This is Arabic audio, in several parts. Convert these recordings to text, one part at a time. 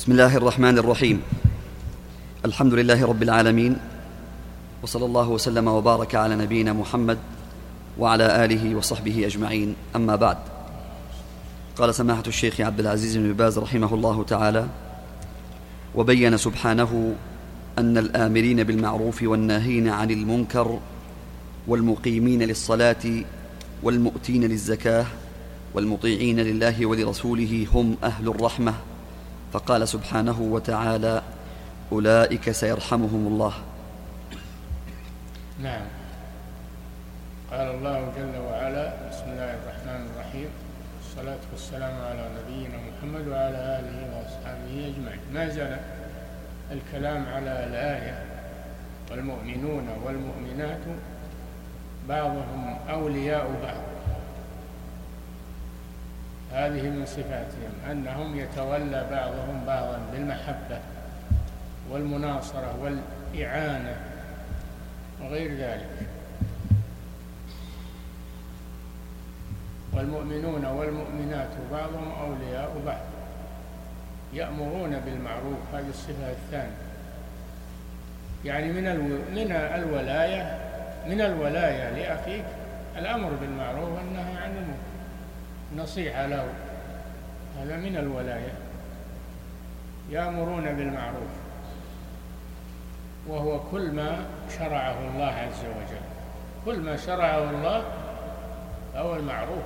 بسم الله الرحمن الرحيم. الحمد لله رب العالمين، وصلى الله وسلم وبارك على نبينا محمد وعلى آله وصحبه أجمعين، أما بعد. قال سماحة الشيخ عبد العزيز بن باز رحمه الله تعالى: وبين سبحانه أن الآمرين بالمعروف والناهين عن المنكر والمقيمين للصلاة والمؤتين للزكاة والمطيعين لله ولرسوله هم أهل الرحمة، فقال سبحانه وتعالى: أولئك سيرحمهم الله. نعم. قال الله جل وعلا: بسم الله الرحمن الرحيم، والصلاة والسلام على نبينا محمد وعلى آله وأصحابه أجمعين. ما زال الكلام على الآية: والمؤمنون والمؤمنات بعضهم أولياء بعض. هذه من صفاتهم أنهم يتولى بعضهم بعضا بالمحبة والمناصرة والإعانة وغير ذلك. والمؤمنون والمؤمنات بعضهم أولياء بعض، يأمرون بالمعروف. هذه الصفة الثانية، يعني من الولاية لأخيك الأمر بالمعروف والنهي عن المنكر، نصيحة له، هذا من الولاية. يأمرون بالمعروف وهو كل ما شرعه الله عز وجل، كل ما شرعه الله هو المعروف.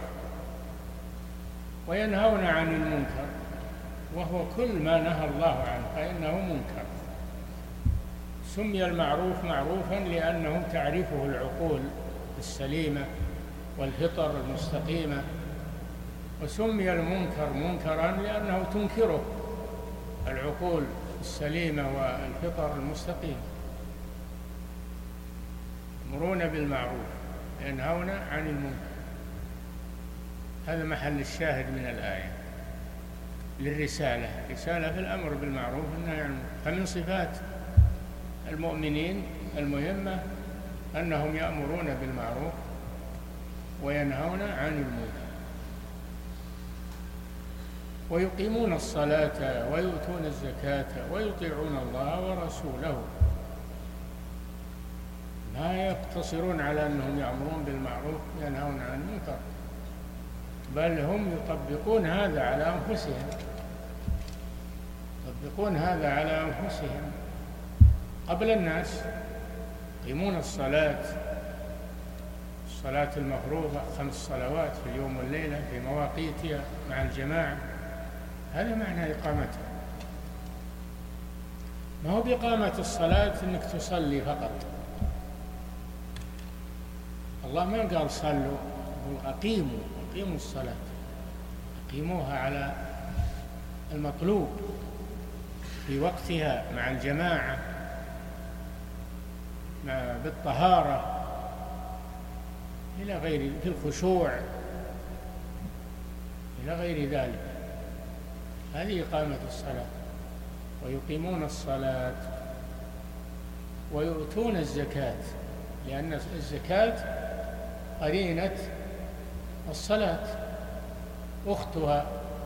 وينهون عن المنكر وهو كل ما نهى الله عنه فإنه منكر. سمي المعروف معروفا لأنه تعرفه العقول السليمة والفطر المستقيمة، وسمي المنكر منكرا لأنه تنكره العقول السليمة والفطر المستقيمة. يأمرون بالمعروف وينهون عن المنكر، هذا محل الشاهد من الآية للرسالة، رسالة في الأمر بالمعروف والنهي عن المنكر. فمن صفات المؤمنين المهمة أنهم يأمرون بالمعروف وينهون عن المنكر، ويقيمون الصلاة ويؤتون الزكاة ويطيعون الله ورسوله. لا يقتصرون على أنهم يأمرون بالمعروف وينهون عن المنكر، بل هم يطبقون هذا على أنفسهم، يطبقون هذا على أنفسهم قبل الناس. يقيمون الصلاة المفروضة 5 صلوات في اليوم والليلة في مواقيتها مع الجماعة، هذا معنى إقامتها. ما هو بإقامة الصلاة أنك تصلي فقط، الله ما قال صلوا، أقيموا الصلاة، أقيموها على المطلوب في وقتها مع الجماعة بالطهارة إلى غير، في الخشوع إلى غير ذلك. هذه إقامة الصلاة. ويقيمون الصلاة ويؤتون الزكاة، لأن الزكاة قرينة الصلاة، أختها.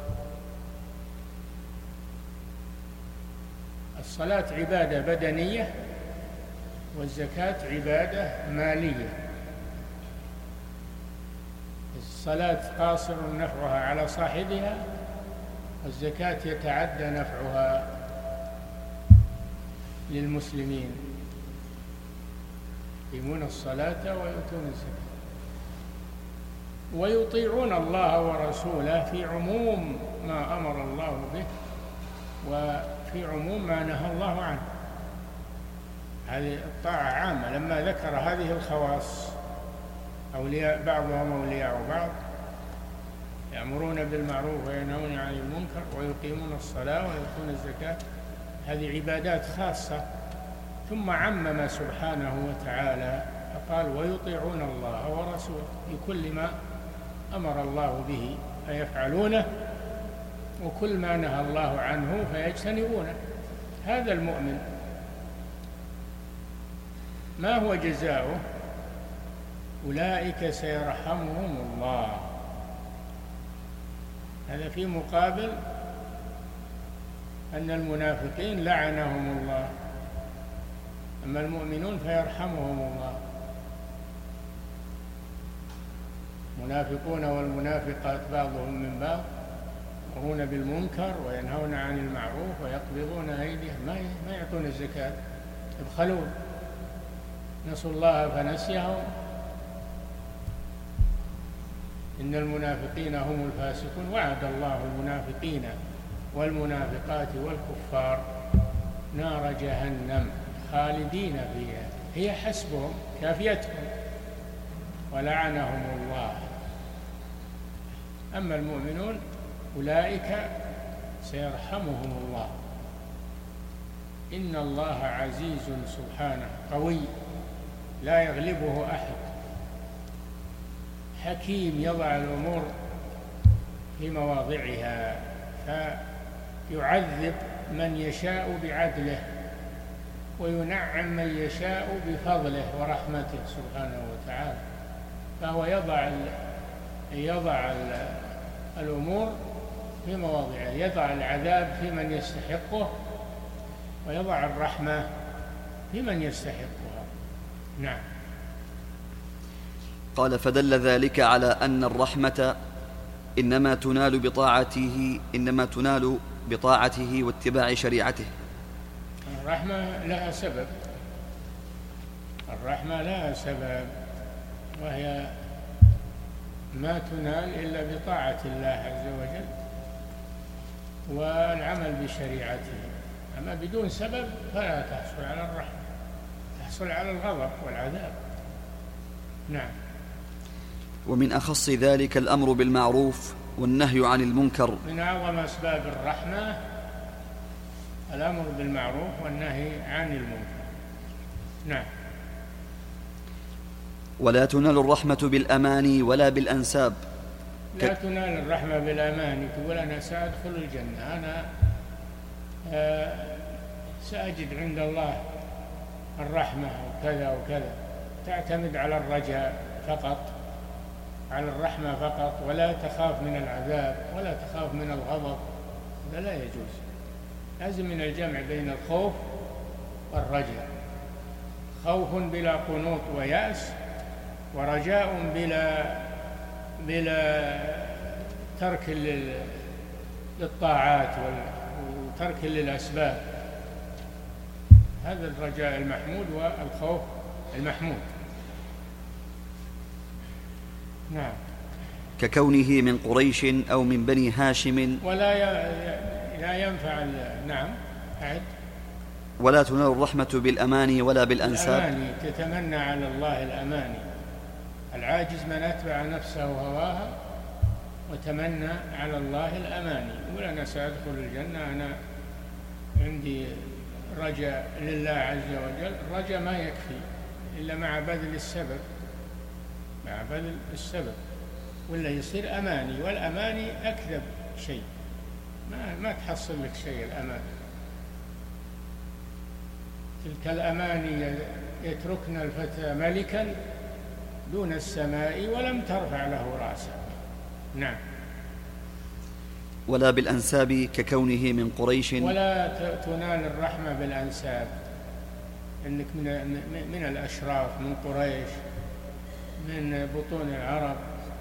الصلاة عبادة بدنية والزكاة عبادة مالية. الصلاة قاصر نفعها على صاحبها، والزكاة يتعدى نفعها للمسلمين. يقيمون الصلاة ويؤتون الزكاة ويطيعون الله ورسوله في عموم ما أمر الله به وفي عموم ما نهى الله عنه. هذه الطاعة عامة. لما ذكر هذه الخواص، أولياء بعضهم أولياء بعض، يأمرون بالمعروف وينهون عن المنكر ويقيمون الصلاة ويؤتون الزكاة، هذه عبادات خاصة. ثم عمم سبحانه وتعالى فقال: ويطيعون الله ورسوله في كل ما أمر الله به فيفعلونه، وكل ما نهى الله عنه فيجتنبونه. هذا المؤمن. ما هو جزاؤه؟ أولئك سيرحمهم الله. هذا في مقابل أن المنافقين لعنهم الله، أما المؤمنون فيرحمهم الله. المنافقون والمنافقات بعضهم من بعض يأمرون بالمنكر وينهون عن المعروف ويقبضون أيديهم، ما يعطون الزكاة، يبخلون، نسوا الله فنسيهم. إن المنافقين هم الفاسقون. وعد الله المنافقين والمنافقات والكفار نار جهنم خالدين فيها هي حسبهم كافيتهم ولعنهم الله. أما المؤمنون أولئك سيرحمهم الله. إن الله عزيز سبحانه قوي لا يغلبه أحد، حكيم يضع الأمور في مواضعها، فيعذب من يشاء بعدله وينعم من يشاء بفضله ورحمته سبحانه وتعالى. فهو يضع الأمور في مواضعها، يضع العذاب في من يستحقه ويضع الرحمة في من يستحقها. نعم. قال: فدل ذلك على أن الرحمة إنما تنال بطاعته واتباع شريعته. الرحمة لها سبب، الرحمة لها سبب، وهي ما تنال إلا بطاعة الله عز وجل والعمل بشريعته. أما بدون سبب فلا تحصل على الرحمة، تحصل على الغضب والعذاب. نعم. ومن أخص ذلك الأمر بالمعروف والنهي عن المنكر. من أعظم أسباب الرحمة الأمر بالمعروف والنهي عن المنكر. نعم. ولا تنال الرحمة بالأماني ولا بالأنساب. لا تنال الرحمة بالأماني، تقول أنا سأدخل الجنة، أنا سأجد عند الله الرحمة وكذا وكذا، تعتمد على الرجاء فقط، على الرحمة فقط، ولا تخاف من العذاب ولا تخاف من الغضب. هذا لا يجوز. لازم من الجمع بين الخوف والرجاء، خوف بلا قنوط ويأس، ورجاء بلا ترك للطاعات وترك للأسباب. هذا الرجاء المحمود والخوف المحمود. نعم. ككونه من قريش أو من بني هاشم. لا ينفع. نعم. أعد. ولا تنال الرحمة بالأماني ولا بالأنساب. الأماني، تتمنى على الله الأماني. العاجز من أتبع نفسه هواها وتمنى على الله الأماني، يقول أنا سأدخل الجنة، أنا عندي رجاء لله عز وجل. الرجاء ما يكفي إلا مع بذل السبب، مع بذل السبب، ولا يصير أماني، والأماني أكذب شيء، ما تحصل لك شيء الأماني. تلك الأماني يتركن الفتى ملكا دون السماء ولم ترفع له رأسا. نعم. ولا بالأنساب ككونه من قريش. ولا تنال الرحمة بالأنساب، إنك من الأشراف، من قريش، من بطون العرب.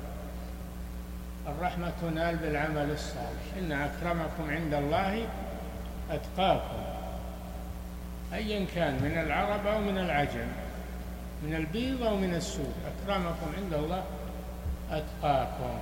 الرحمة تنال بالعمل الصالح. إن أكرمكم عند الله أتقاكم، أيا كان، من العرب أو من العجم، من البيض أو من السود، أكرمكم عند الله أتقاكم،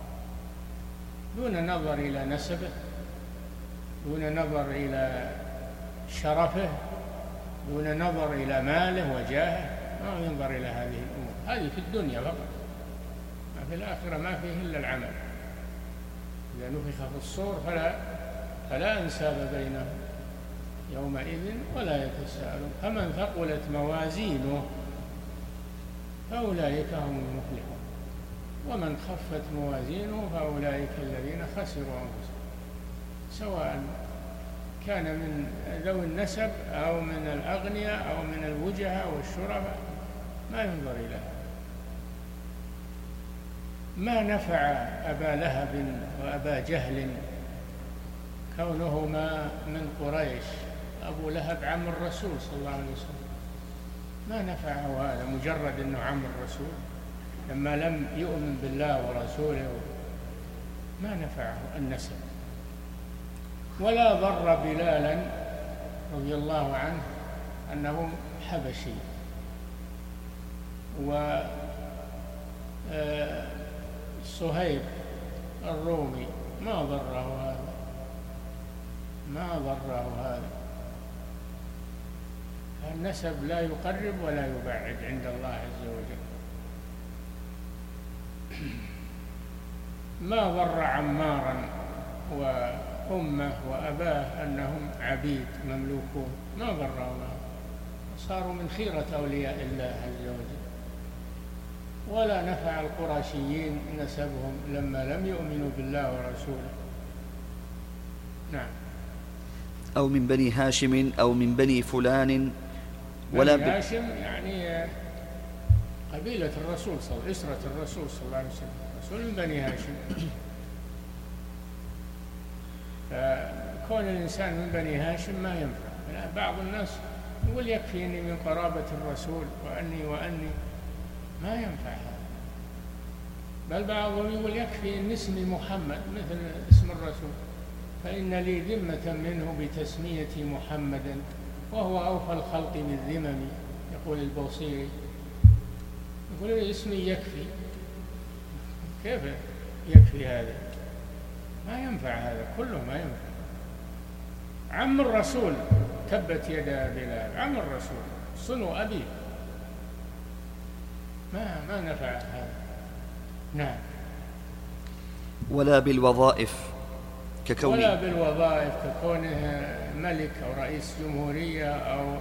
دون نظر إلى نسبه، دون نظر إلى شرفه، دون نظر إلى ماله وجاهه، ما ينظر إلى هذه الأمور. هذه في الدنيا فقط، ما في الآخرة ما فيه إلا العمل. إذا نفخ في الصور فلا أنساب بينهم يومئذ ولا يتساءلون. فمن ثقلت موازينه فأولئك هم المفلحون، ومن خفت موازينه فأولئك الذين خسروا أنفسهم. سواء كان من ذوي النسب أو من الأغنياء أو من الوجهاء والشرفاء، ما ينظر إلى هذا. ما نفع أبا لهب وأبا جهل كونهما من قريش. أبو لهب عم الرسول صلى الله عليه وسلم، ما نفعه هذا مجرد أنه عم الرسول، لما لم يؤمن بالله ورسوله ما نفعه النسب. ولا ضر بلالا رضي الله عنه أنه حبشي، وصهيب الرومي ما ضره هذا، ما ضره هذا. النسب لا يقرب ولا يبعد عند الله عز وجل. ما ضر عمارا وأمه وأباه أنهم عبيد مملوكون، ما ضرهم، صاروا من خيرة أولياء الله عز وجل. ولا نفع القرشيين نسبهم لما لم يؤمنوا بالله ورسوله. نعم. أو من بني هاشم أو من بني فلان. ولا بني هاشم يعني قبيلة الرسول إسرة الرسول صلى الله عليه وسلم، رسول من بني هاشم. فكون الإنسان من بني هاشم ما ينفع. بعض الناس يقول يكفيني من قرابة الرسول وأني ما ينفع هذا. بل بعضهم يقول يكفي أن اسمي محمد مثل اسم الرسول، فإن لي ذمة منه بتسميتي محمدا وهو أوفى الخلق بالذمم، يقول البوصيري. يقول اسمي يكفي. كيف يكفي هذا؟ ما ينفع هذا كله، ما ينفع. عم الرسول تبت يدا بلال، عم الرسول صنو أبيه، ما نفع هذا. نعم. ولا بالوظائف ولا بالوظائف ككونه ملك أو رئيس جمهورية أو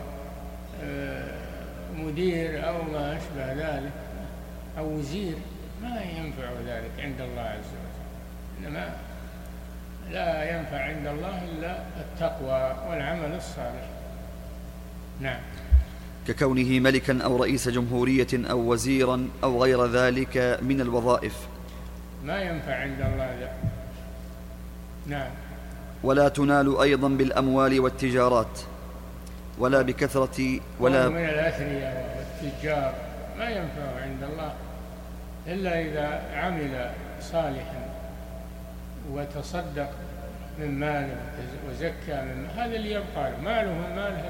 مدير أو ما أشبه ذلك أو وزير، ما ينفع ذلك عند الله عز وجل. إنما لا ينفع عند الله إلا التقوى والعمل الصالح. نعم. ككونه ملكا أو رئيس جمهورية أو وزيرا أو غير ذلك من الوظائف، ما ينفع عند الله ذلك. نعم. ولا تنال أيضا بالأموال والتجارات، ولا بكثرة ولا من الأثرياء والتجار، ما ينفع عند الله إلا إذا عمل صالحا وتصدق من ماله وزكى من هذا اللي يبقى ماله من ماله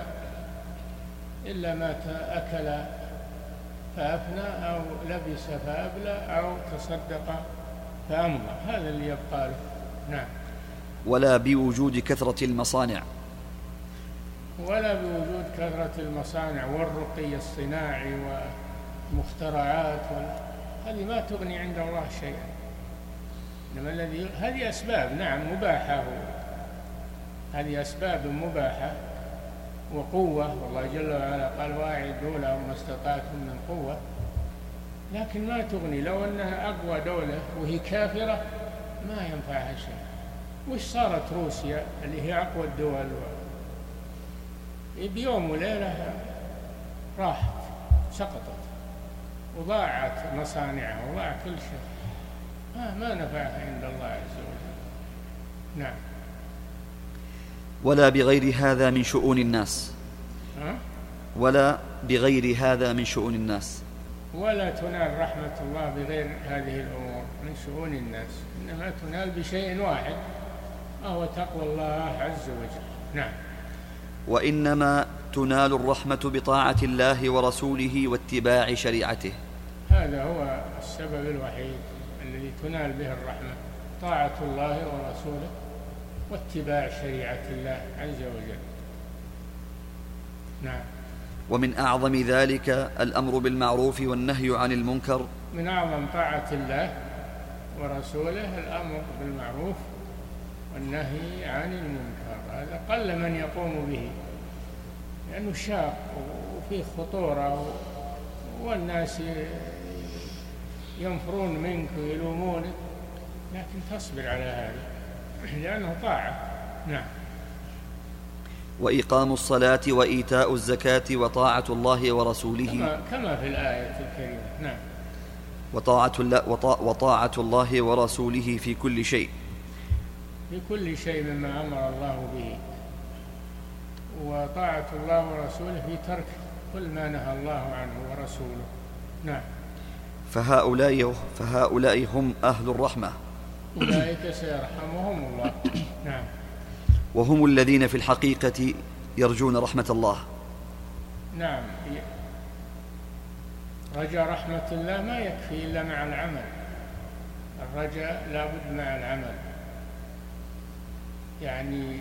إلا ما أكل فأفنى أو لبس فأبلى أو تصدق فأمضى، هذا اللي يبقى له. نعم. ولا بوجود كثرة المصانع، ولا بوجود كثرة المصانع والرقي الصناعي والمخترعات هذه ما تغني عند الله شيئا. إنما هذه أسباب، نعم، مباحة، هذه أسباب مباحة وقوة، والله جل وعلا قال واعدوا لهم ما استطعتم من قوة، لكن ما تغني. لو أنها أقوى دولة وهي كافرة ما ينفعها شيء. وش صارت روسيا اللي هي أقوى الدول بيوم وليلة راحت سقطت وضاعت مصانعها وضاع كل شيء، ما نفعها عند الله عز وجل. نعم. ولا بغير هذا من شؤون الناس، ولا بغير هذا من شؤون الناس، ولا تنال رحمة الله بغير هذه الأمور من شؤون الناس، إنما تنال بشيء واحد وهو تقوى الله عز وجل. نعم. وإنما تنال الرحمة بطاعة الله ورسوله واتباع شريعته، هذا هو السبب الوحيد الذي تنال به الرحمة، طاعة الله ورسوله واتباع شريعة الله عز وجل. نعم. ومن أعظم ذلك الأمر بالمعروف والنهي عن المنكر. من أعظم طاعة الله ورسوله الأمر بالمعروف والنهي عن المنكر، هذا قل من يقوم به لأنه شاق وفيه خطورة والناس ينفرون منك ويلومونك، لكن تصبر على هذا لأنه طاعة. نعم. وإقام الصلاة وإيتاء الزكاة وطاعة الله ورسوله كما في الآية الكريمة. نعم. وطاعة الله ورسوله في كل شيء، في كل شيء مما أمر الله به، وطاعة الله ورسوله في ترك كل ما نهى الله عنه ورسوله. نعم. فهؤلاء هم أهل الرحمة، أولئك سيرحمهم الله. نعم. وهم الذين في الحقيقة يرجون رحمة الله. نعم، رجاء رحمة الله ما يكفي إلا مع العمل، الرجاء لا بد مع العمل، يعني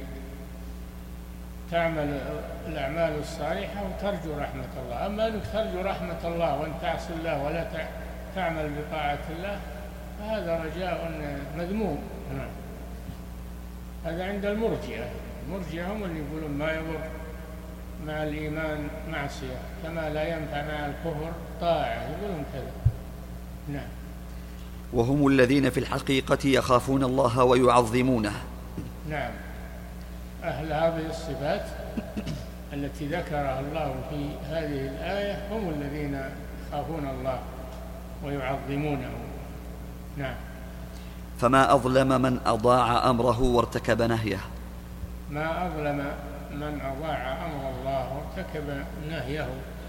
تعمل الأعمال الصالحة وترجو رحمة الله. أما أنك ترجو رحمة الله وأن تعصي الله ولا تعمل بطاعة الله فهذا رجاء مذموم. نعم. هذا عند المرجئة هم اللي يقولون ما يضر مع الإيمان معصية كما لا ينفع مع الكفر طاعة، يقولون كذا. نعم. وهم الذين في الحقيقة يخافون الله ويعظمونه. نعم، أهل هذه الصفات التي ذكرها الله في هذه الآية هم الذين يخافون الله ويعظمونه. نعم. فما أظلم من أضاع أمره وارتكب نهيه. ما أظلم من أضاع أمر الله وارتكب نهيه،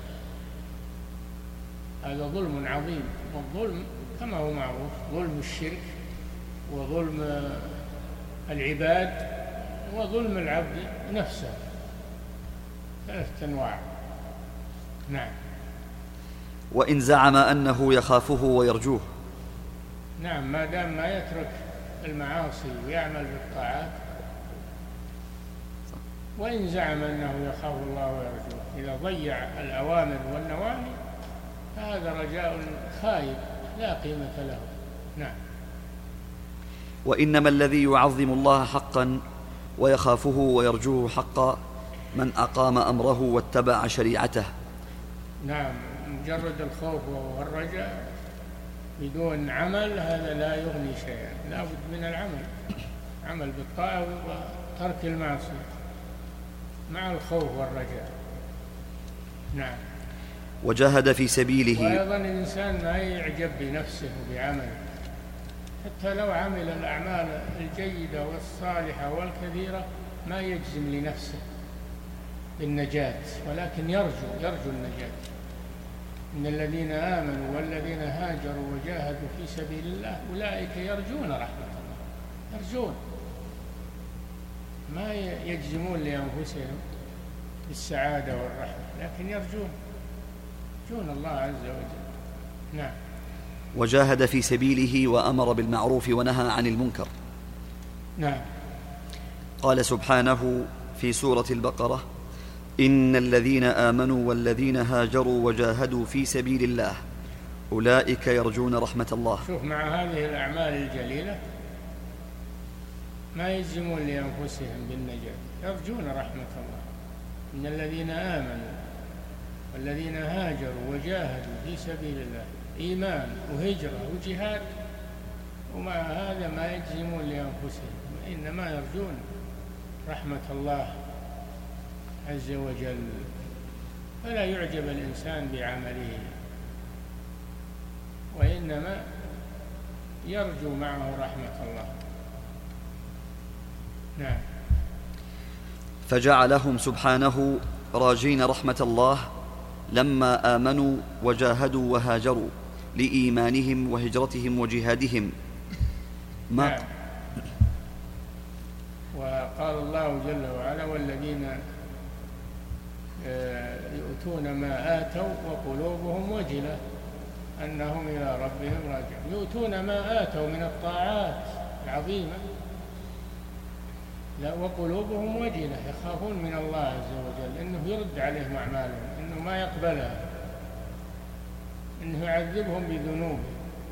هذا ظلم عظيم. والظلم كما هو معروف ظلم الشرك وظلم العباد وظلم العبد نفسه، 3 أنواع. نعم. وإن زعم أنه يخافه ويرجوه. نعم، ما دام ما يترك المعاصي ويعمل بالطاعات، وإن زعم أنه يخاف الله ويرجوه، إذا ضيع الأوامر والنواهي فهذا رجاء خايب لا قيمة له. نعم. وإنما الذي يعظم الله حقا ويخافه ويرجوه حقا من أقام أمره واتبع شريعته. نعم، مجرد الخوف والرجاء بدون عمل هذا لا يغني شيئا، لا بد من العمل، عمل بالطاعة وترك المعصية مع الخوف والرجاء. نعم. وجاهد في سبيله. وأيضا الإنسان ما يعجب بنفسه وبعمله، حتى لو عمل الأعمال الجيدة والصالحة والكثيرة ما يجزم لنفسه بالنجاة، ولكن يرجو النجاة. إن الذين آمنوا والذين هاجروا وجاهدوا في سبيل الله أولئك يرجون رحمة الله، يرجون، ما يجزمون لأنفسهم بالسعادة والرحمة، لكن يرجون الله عز وجل. نعم. وجاهد في سبيله وأمر بالمعروف ونهى عن المنكر. نعم. قال سبحانه في سورة البقرة: إن الذين آمنوا والذين هاجروا وجاهدوا في سبيل الله أولئك يرجون رحمة الله. شوف، مع هذه الأعمال الجليلة ما يجزمون لأنفسهم بالنجاة، يرجون رحمة الله. إن الذين آمنوا والذين هاجروا وجاهدوا في سبيل الله، إيمان وهجرة وجهاد، ومع هذا ما يجزمون لأنفسهم، إنما يرجون رحمة الله عز وجل. فلا يعجب الإنسان بعمله، وإنما يرجو معه رحمة الله. نعم. فجعلهم سبحانه راجين رحمة الله لما آمنوا وجاهدوا وهاجروا لإيمانهم وهجرتهم وجهادهم. نعم. وقال الله جل وعلا: والذين يؤتون ما آتوا وقلوبهم وجلة أنهم إلى ربهم راجعون. يؤتون ما آتوا من الطاعات العظيمة وقلوبهم وجلة، يخافون من الله عز وجل أنه يرد عليهم أعمالهم، أنه ما يقبلها، أنه يعذبهم بذنوبهم.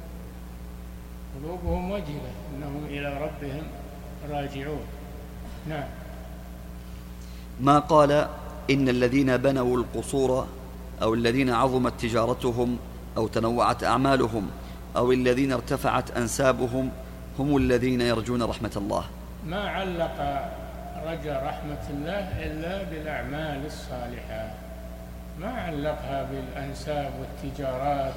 قلوبهم وجلة أنهم إلى ربهم راجعون. نعم. ما قال إن الذين بنوا القصور أو الذين عظمت تجارتهم أو تنوعت أعمالهم أو الذين ارتفعت أنسابهم هم الذين يرجون رحمة الله. ما علق رجا رحمة الله إلا بالأعمال الصالحة، ما علقها بالأنساب والتجارات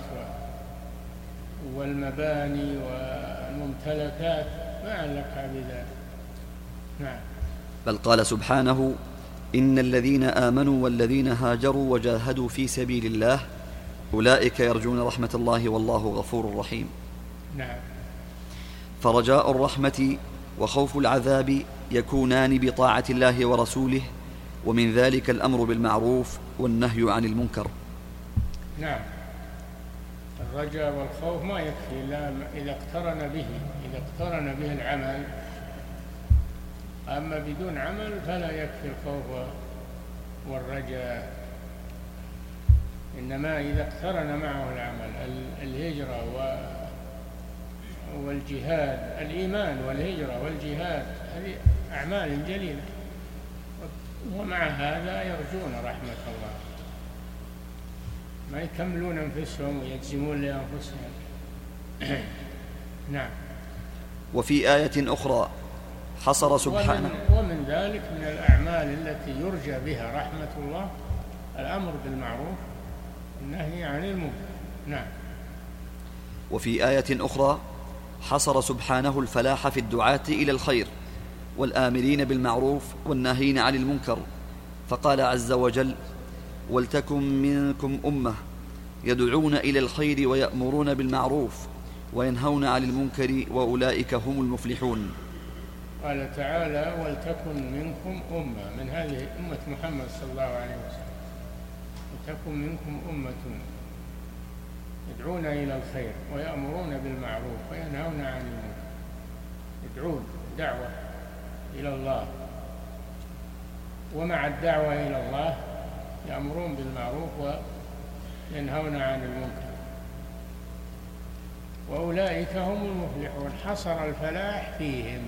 والمباني والممتلكات، ما علقها بذلك، نعم. بل قال سبحانه: إن الذين آمنوا والذين هاجروا وجاهدوا في سبيل الله أولئك يرجون رحمة الله والله غفور رحيم. نعم. فرجاء الرحمة وخوف العذاب يكونان بطاعة الله ورسوله، ومن ذلك الأمر بالمعروف والنهي عن المنكر. نعم. الرجاء والخوف ما يكفي إلا إذا اقترن به العمل، أما بدون عمل فلا يكفي الخوف والرجاء، إنما إذا اقترن معه العمل، الهجرة والجهاد، الإيمان والهجرة والجهاد، هذه أعمال جليلة، ومع هذا يرجون رحمة الله، ما يكملون أنفسهم ويجزمون لأنفسهم. نعم. وفي آية أخرى حصر سبحانه: ومن ذلك من الأعمال التي يرجى بها رحمة الله الأمر بالمعروف والنهي عن المنكر. نعم. وفي آية أخرى حصر سبحانه الفلاح في الدعاة إلى الخير والآمرين بالمعروف والناهين عن المنكر، فقال عز وجل: ولتكن منكم أمة يدعون إلى الخير ويأمرون بالمعروف وينهون عن المنكر وأولئك هم المفلحون. قال تعالى: ولتكن منكم أمة، من هذه أمة محمد صلى الله عليه وسلم، ولتكن منكم أمة يدعون إلى الخير ويأمرون بالمعروف وينهون عن المنكر. يدعون دعوة إلى الله، ومع الدعوة إلى الله يأمرون بالمعروف وينهون عن المنكر، وأولئك هم المفلحون. حصر الفلاح فيهم،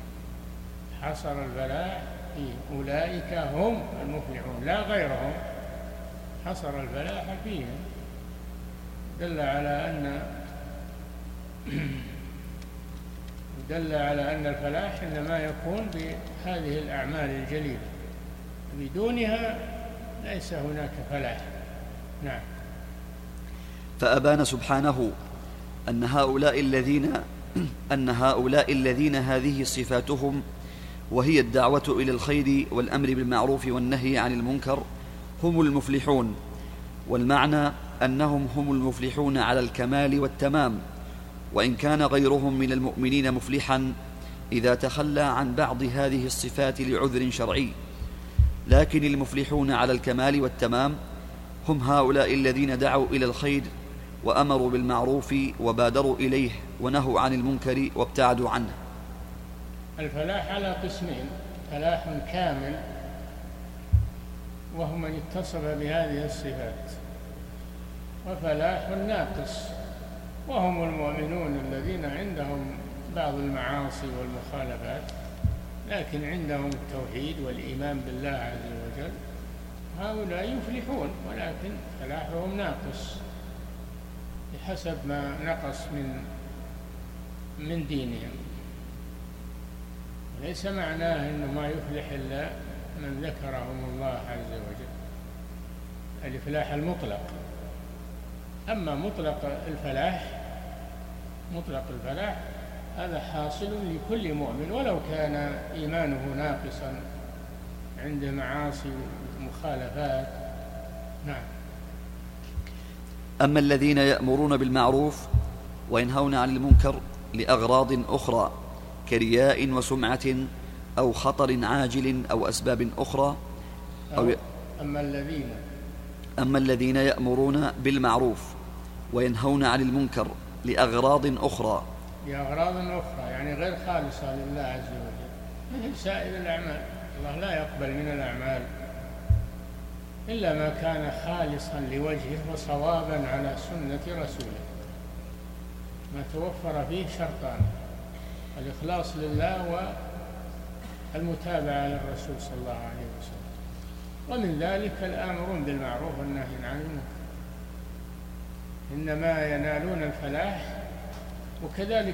أولئك هم المفلحون لا غيرهم، حصر الفلاح فيهم، دل على أن الفلاح إنما يكون بهذه الأعمال الجليلة، بدونها ليس هناك فلاح. نعم. فأبان سبحانه أن هؤلاء الذين هذه صفاتهم، وهي الدعوة إلى الخير والأمر بالمعروف والنهي عن المنكر، هم المفلحون، والمعنى أنهم هم المفلحون على الكمال والتمام، وإن كان غيرهم من المؤمنين مفلحا إذا تخلى عن بعض هذه الصفات لعذر شرعي، لكن المفلحون على الكمال والتمام هم هؤلاء الذين دعوا إلى الخير وأمروا بالمعروف وبادروا إليه ونهوا عن المنكر وابتعدوا عنه. الفلاح على قسمين: فلاح كامل وهو من اتصف بهذه الصفات، وفلاح ناقص وهم المؤمنون الذين عندهم بعض المعاصي والمخالفات لكن عندهم التوحيد والإيمان بالله عز وجل، هؤلاء يفلحون، ولكن فلاحهم ناقص بحسب ما نقص من دينهم. ليس معناه أنه ما يفلح إلا من ذكرهم الله عز وجل، الإفلاح المطلق. أما مطلق الفلاح هذا حاصل لكل مؤمن ولو كان إيمانه ناقصا عنده معاصي ومخالفات. نعم. أما الذين يأمرون بالمعروف وينهون عن المنكر لأغراض أخرى كرياء وسمعة أو خطر عاجل أو أسباب أخرى أما الذين يأمرون بالمعروف وينهون عن المنكر لأغراض أخرى يعني غير خالصة لله عز وجل، مثل سائر الأعمال. الله لا يقبل من الأعمال إلا ما كان خالصا لوجهه وصوابا على سنة رسوله، ما توفر فيه شرطان: الإخلاص لله والمتابعة للرسول صلى الله عليه وسلم. ومن ذلك الآمرون بالمعروف والناهين عن المنكر، إنما ينالون الفلاح. وكذلك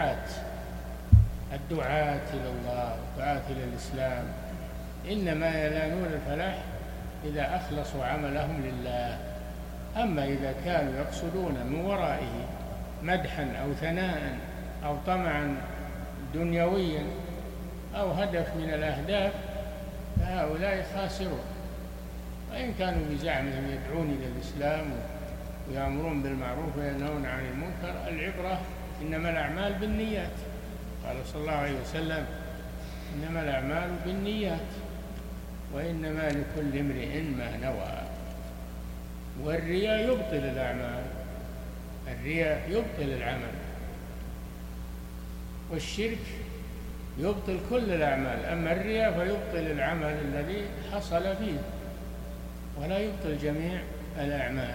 الدعاة إلى الله والدعاة إلى الإسلام إنما ينالون الفلاح إذا أخلصوا عملهم لله. أما إذا كانوا يقصدون من ورائه مدحا أو ثناء أو طمعا دنيويا أو هدف من الأهداف فهؤلاء خاسرون. وإن كانوا بزعمهم يدعون إلى الإسلام ويأمرون بالمعروف وينهون عن المنكر، العبرة إنما الأعمال بالنيات. قال صلى الله عليه وسلم: إنما الأعمال بالنيات وإنما لكل امرئ ما نوى. والرياء يبطل الأعمال، الرياء يبطل العمل، والشرك يبطل كل الأعمال. أما الرياء فيبطل العمل الذي حصل فيه ولا يبطل جميع الأعمال.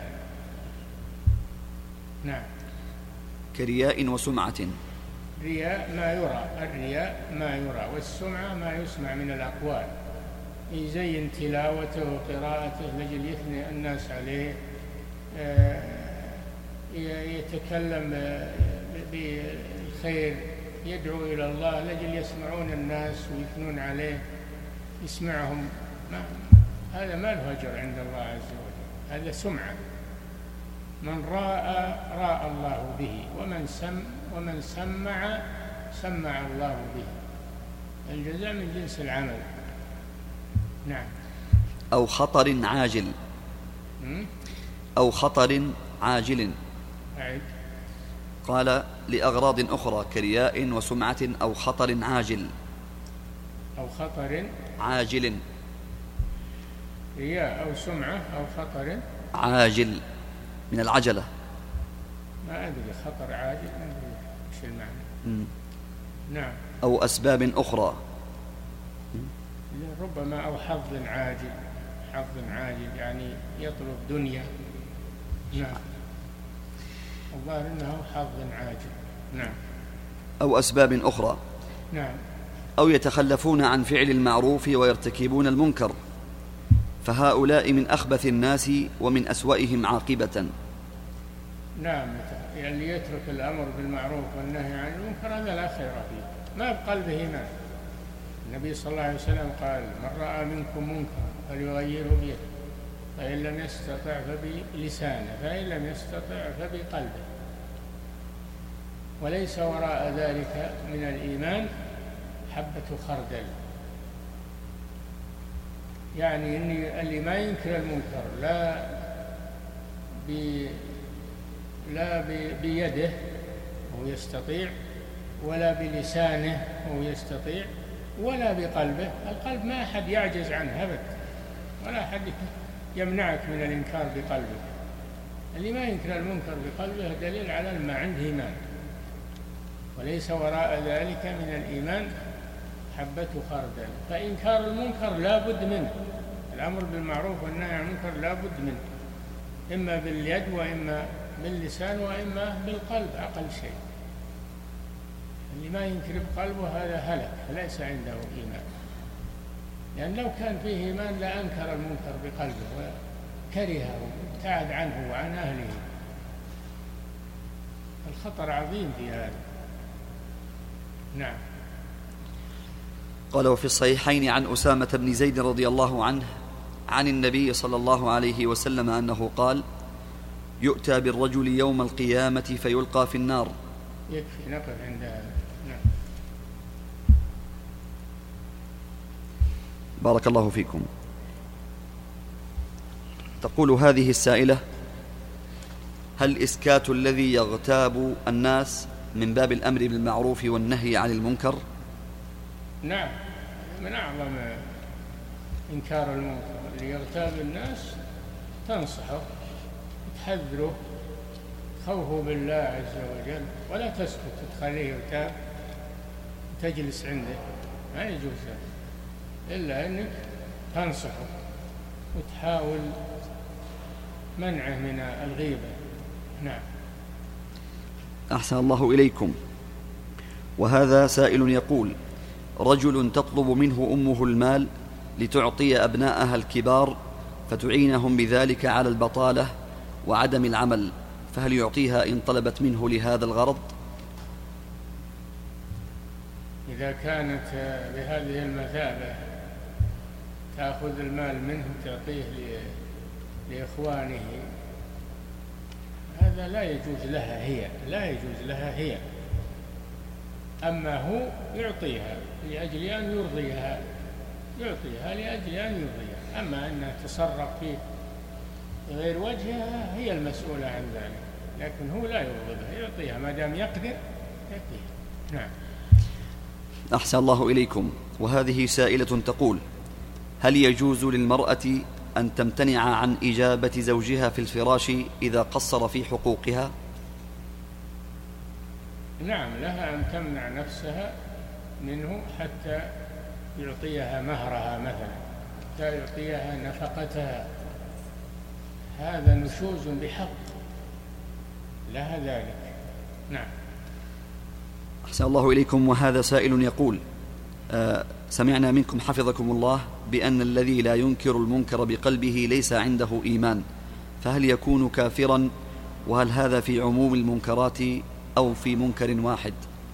نعم. كرياء وسمعة. رياء ما يرى، الرياء ما يرى، والسمعة ما يسمع من الأقوال، يزين تلاوته وقراءته لجل يثني الناس عليه، يتكلم بالخير، يدعو إلى الله لجل يسمعون الناس ويثنون عليه، يسمعهم. هذا ما له أجر عند الله عز وجل، هذا سمعة. من راى الله به، ومن سمع الله به. الجزاء من جنس العمل. نعم. أو خطر عاجل. أو خطر عاجل. قال: لأغراض أخرى كرياء وسمعة أو خطر عاجل. أو خطر عاجل. رياء أو سمعة أو خطر عاجل من العجلة. ما أدري خطر عاجل ما أدري إيش المعنى. نعم. أو أسباب أخرى. ربما أو حظ عاجل، حظ عاجل يعني يطلب دنيا. نعم. الظاهر أنه حظ عاجل. نعم. أو أسباب أخرى. نعم. أو يتخلفون عن فعل المعروف ويرتكبون المنكر، فهؤلاء من أخبث الناس ومن أسوأهم عاقبة. نعم. اللي يترك الأمر بالمعروف والنهي عن المنكر هذا لا خير فيه، ما بقلبه إيمان. النبي صلى الله عليه وسلم قال: من رأى منكم منكر فليغيره بيده، فإن لم يستطع فبلسانه، فإن لم يستطع فبقلبه. وليس وراء ذلك من الإيمان حبة خردل. يعني إن اللي ما ينكر المنكر لا بيده وهو يستطيع، ولا بلسانه وهو يستطيع، ولا بقلبه. القلب ما أحد يعجز عنه أبدا، ولا أحد يمنعك من الإنكار بقلبك. اللي ما ينكر المنكر بقلبه دليل على ما عنده إيمان. وليس وراء ذلك من الإيمان حبة خردل. فإنكار المنكر لا بد منه، الأمر بالمعروف والنهي عن المنكر لا بد منه، إما باليد وإما باللسان وإما بالقلب أقل شيء. اللي ما ينكر بقلبه هذا هلك، فليس عنده إيمان. لأن لو كان فيه إيمان لأنكر المنكر بقلبه وكرهه وابتعد عنه وعن أهله. الخطر عظيم في هذا. نعم. قال: وفي الصحيحين عن أسامة بن زيد رضي الله عنه عن النبي صلى الله عليه وسلم أنه قال: يؤتى بالرجل يوم القيامة فيلقى في النار. يكفي نقف عند هذا. نعم. بارك الله فيكم. تقول هذه السائلة: هل إسكات الذي يغتاب الناس من باب الأمر بالمعروف والنهي عن المنكر؟ نعم، من أعظم إنكار المنكر. اللي يغتاب الناس تنصحه، تحذره، خوفه بالله عز وجل، ولا تسكت تخليه يغتاب تجلس عنده، ما يجوز إلا أنك تنصحه وتحاول منعه من الغيبة. نعم. أحسن الله إليكم. وهذا سائل يقول: رجل تطلب منه أمه المال لتعطي أبناءها الكبار فتعينهم بذلك على البطالة وعدم العمل، فهل يعطيها إن طلبت منه لهذا الغرض؟ إذا كانت بهذه المثابة تأخذ المال منه تعطيه لإخوانه، هذا لا يجوز لها هي، لا يجوز لها هي. أما هو يعطيها لأجل أن يرضيها، يعطيها لأجل أن يرضيها. أما أن تصرف فيه غير وجهها هي المسؤولة عن ذلك، لكن هو لا يرغبها، يعطيها ما دام يقدر يعطيها. نعم. أحسن الله إليكم. وهذه سائلة تقول: هل يجوز للمرأة أن تمتنع عن إجابة زوجها في الفراش إذا قصر في حقوقها؟ نعم، لها أن تمنع نفسها منه حتى يعطيها مهرها مثلا، حتى يعطيها نفقتها. هذا نشوز بحق، لها ذلك. نعم. أحسن الله إليكم. وهذا سائل يقول: سمعنا منكم حفظكم الله بأن الذي لا ينكر المنكر بقلبه ليس عنده إيمان، فهل يكون كافرا؟ وهل هذا في عموم المنكرات أو في منكر واحد؟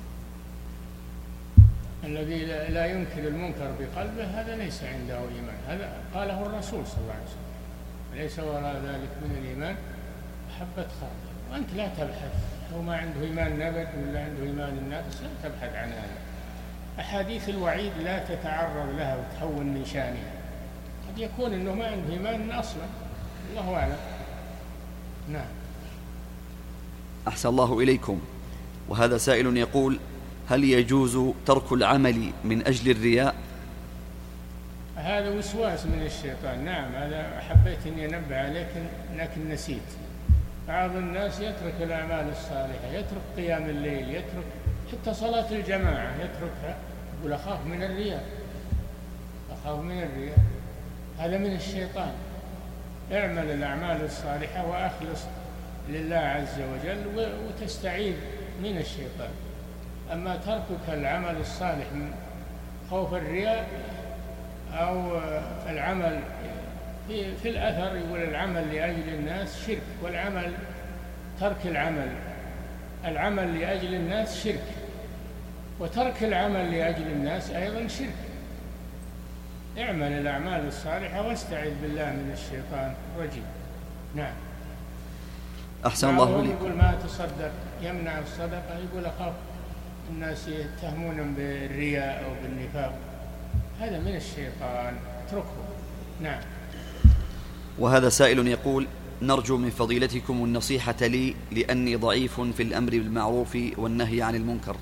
الذي لا ينكر المنكر بقلبه هذا ليس عنده إيمان، هذا قاله الرسول صلى الله عليه وسلم: ليس وراء ذلك من الإيمان حبة خردل. وأنت لا تبحث هو ما عنده إيمان نبت ولا عنده إيمان الناس، لا تبحث عن هذا. أحاديث الوعيد لا تتعرض لها وتهون من شأنها، قد يكون أنه ما عنده إيمان أصلا، الله أعلم. نعم. أحسن الله إليكم. وهذا سائل يقول: هل يجوز ترك العمل من أجل الرياء؟ هذا وسواس من الشيطان. نعم، هذا حبيت أن أنبه عليك لكن نسيت. بعض الناس يترك الأعمال الصالحة، يترك قيام الليل، يترك حتى صلاة الجماعة يتركها، يقول أخاف من الرياء، أخاف من الرياء. هذا من الشيطان. اعمل الأعمال الصالحة وأخلص لله عز وجل وتستعيذ من الشيطان. أما تركك العمل الصالح من خوف الرياء أو العمل في الأثر، يقول العمل لأجل الناس شرك، والعمل ترك العمل لأجل الناس شرك، وترك العمل لأجل الناس أيضا شرك. اعمل الأعمال الصالحة واستعذ بالله من الشيطان الرجيم. نعم. أحسن الله إليكم. يقول ما تصدق، يمنع الصدقة، يقول أخاف الناس يتهمون بالرياء أو بالنفاق، هذا من الشيطان، اتركه. نعم. وهذا سائل يقول: نرجو من فضيلتكم النصيحة لي لأني ضعيف في الأمر بالمعروف والنهي عن المنكر.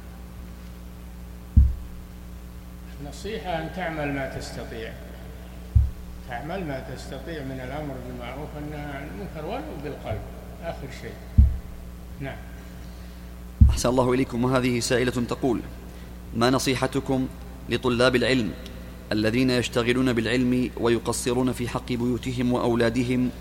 النصيحة أن تعمل ما تستطيع، تعمل ما تستطيع من الأمر بالمعروف والنهي عن المنكر ولو بالقلب، آخر شيء. نعم. أحسن الله إليكم. وهذه سائلة تقول: ما نصيحتكم لطلاب العلم الذين يشتغلون بالعلم ويقصرون في حق بيوتهم وأولادهم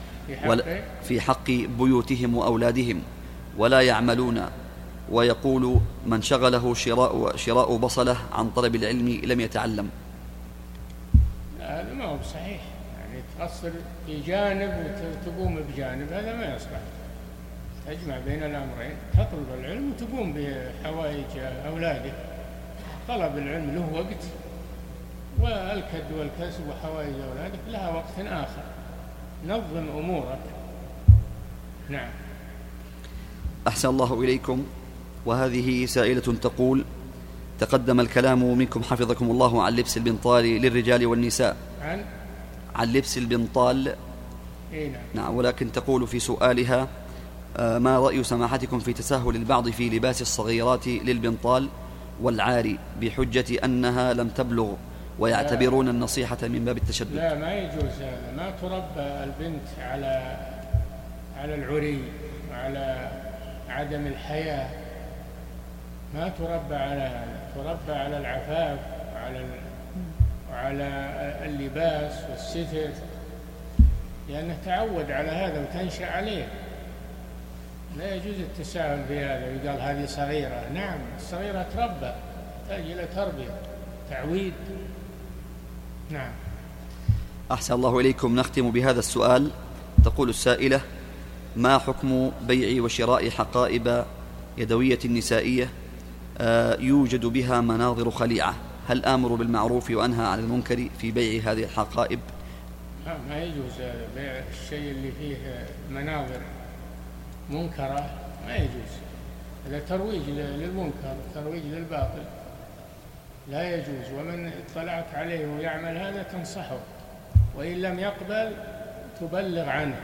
ولا يعملون، ويقول من شغله شراء بصلة عن طلب العلم لم يتعلم؟ هذا ما هو بصحيح، يعني تقصر في جانب وتقوم بجانب، هذا ما يصلح. تجمع بين الأمرين، تطلب العلم وتقوم بحوائج أولادك. طلب العلم له وقت، والكد والكسب وحوائج أولادك لها وقت آخر. نظم أمورك. نعم. أحسن الله إليكم. وهذه سائلة تقول: تقدم الكلام منكم حفظكم الله عن لبس البنطال للرجال والنساء، عن لبس البنطال. نعم. ولكن تقول في سؤالها: ما رأي سماحتكم في تساهل البعض في لباس الصغيرات للبنطال والعاري بحجة أنها لم تبلغ، ويعتبرون النصيحة من باب التشدد؟ لا، ما يجوز هذا. ما تربى البنت على العري وعلى عدم الحياة، ما تربى على هذا، تربى على العفاف وعلى اللباس والستر، لأنه تعود على هذا وتنشأ عليه. لا يجوز التساهل في هذا ويقال هذه صغيرة. نعم، الصغيرة تربى، تحتاج إلى تربية، تعويد. نعم. أحسن الله إليكم. نختم بهذا السؤال. تقول السائلة: ما حكم بيع وشراء حقائب يدوية نسائية يوجد بها مناظر خليعة؟ هل آمر بالمعروف وأنهى عن المنكر في بيع هذه الحقائب؟ ما يجوز بيع الشيء اللي فيه مناظر منكرة، ما يجوز. هذا ترويج للمنكر، ترويج للباطل، لا يجوز. ومن اطلعت عليه ويعمل هذا تنصحه، وإن لم يقبل تبلغ عنه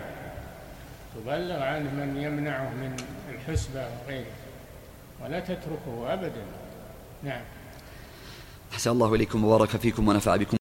من يمنعه من الحسبة وغيره، ولا تتركه أبدا. نعم. أحسن الله إليكم وبارك فيكم ونفع بكم.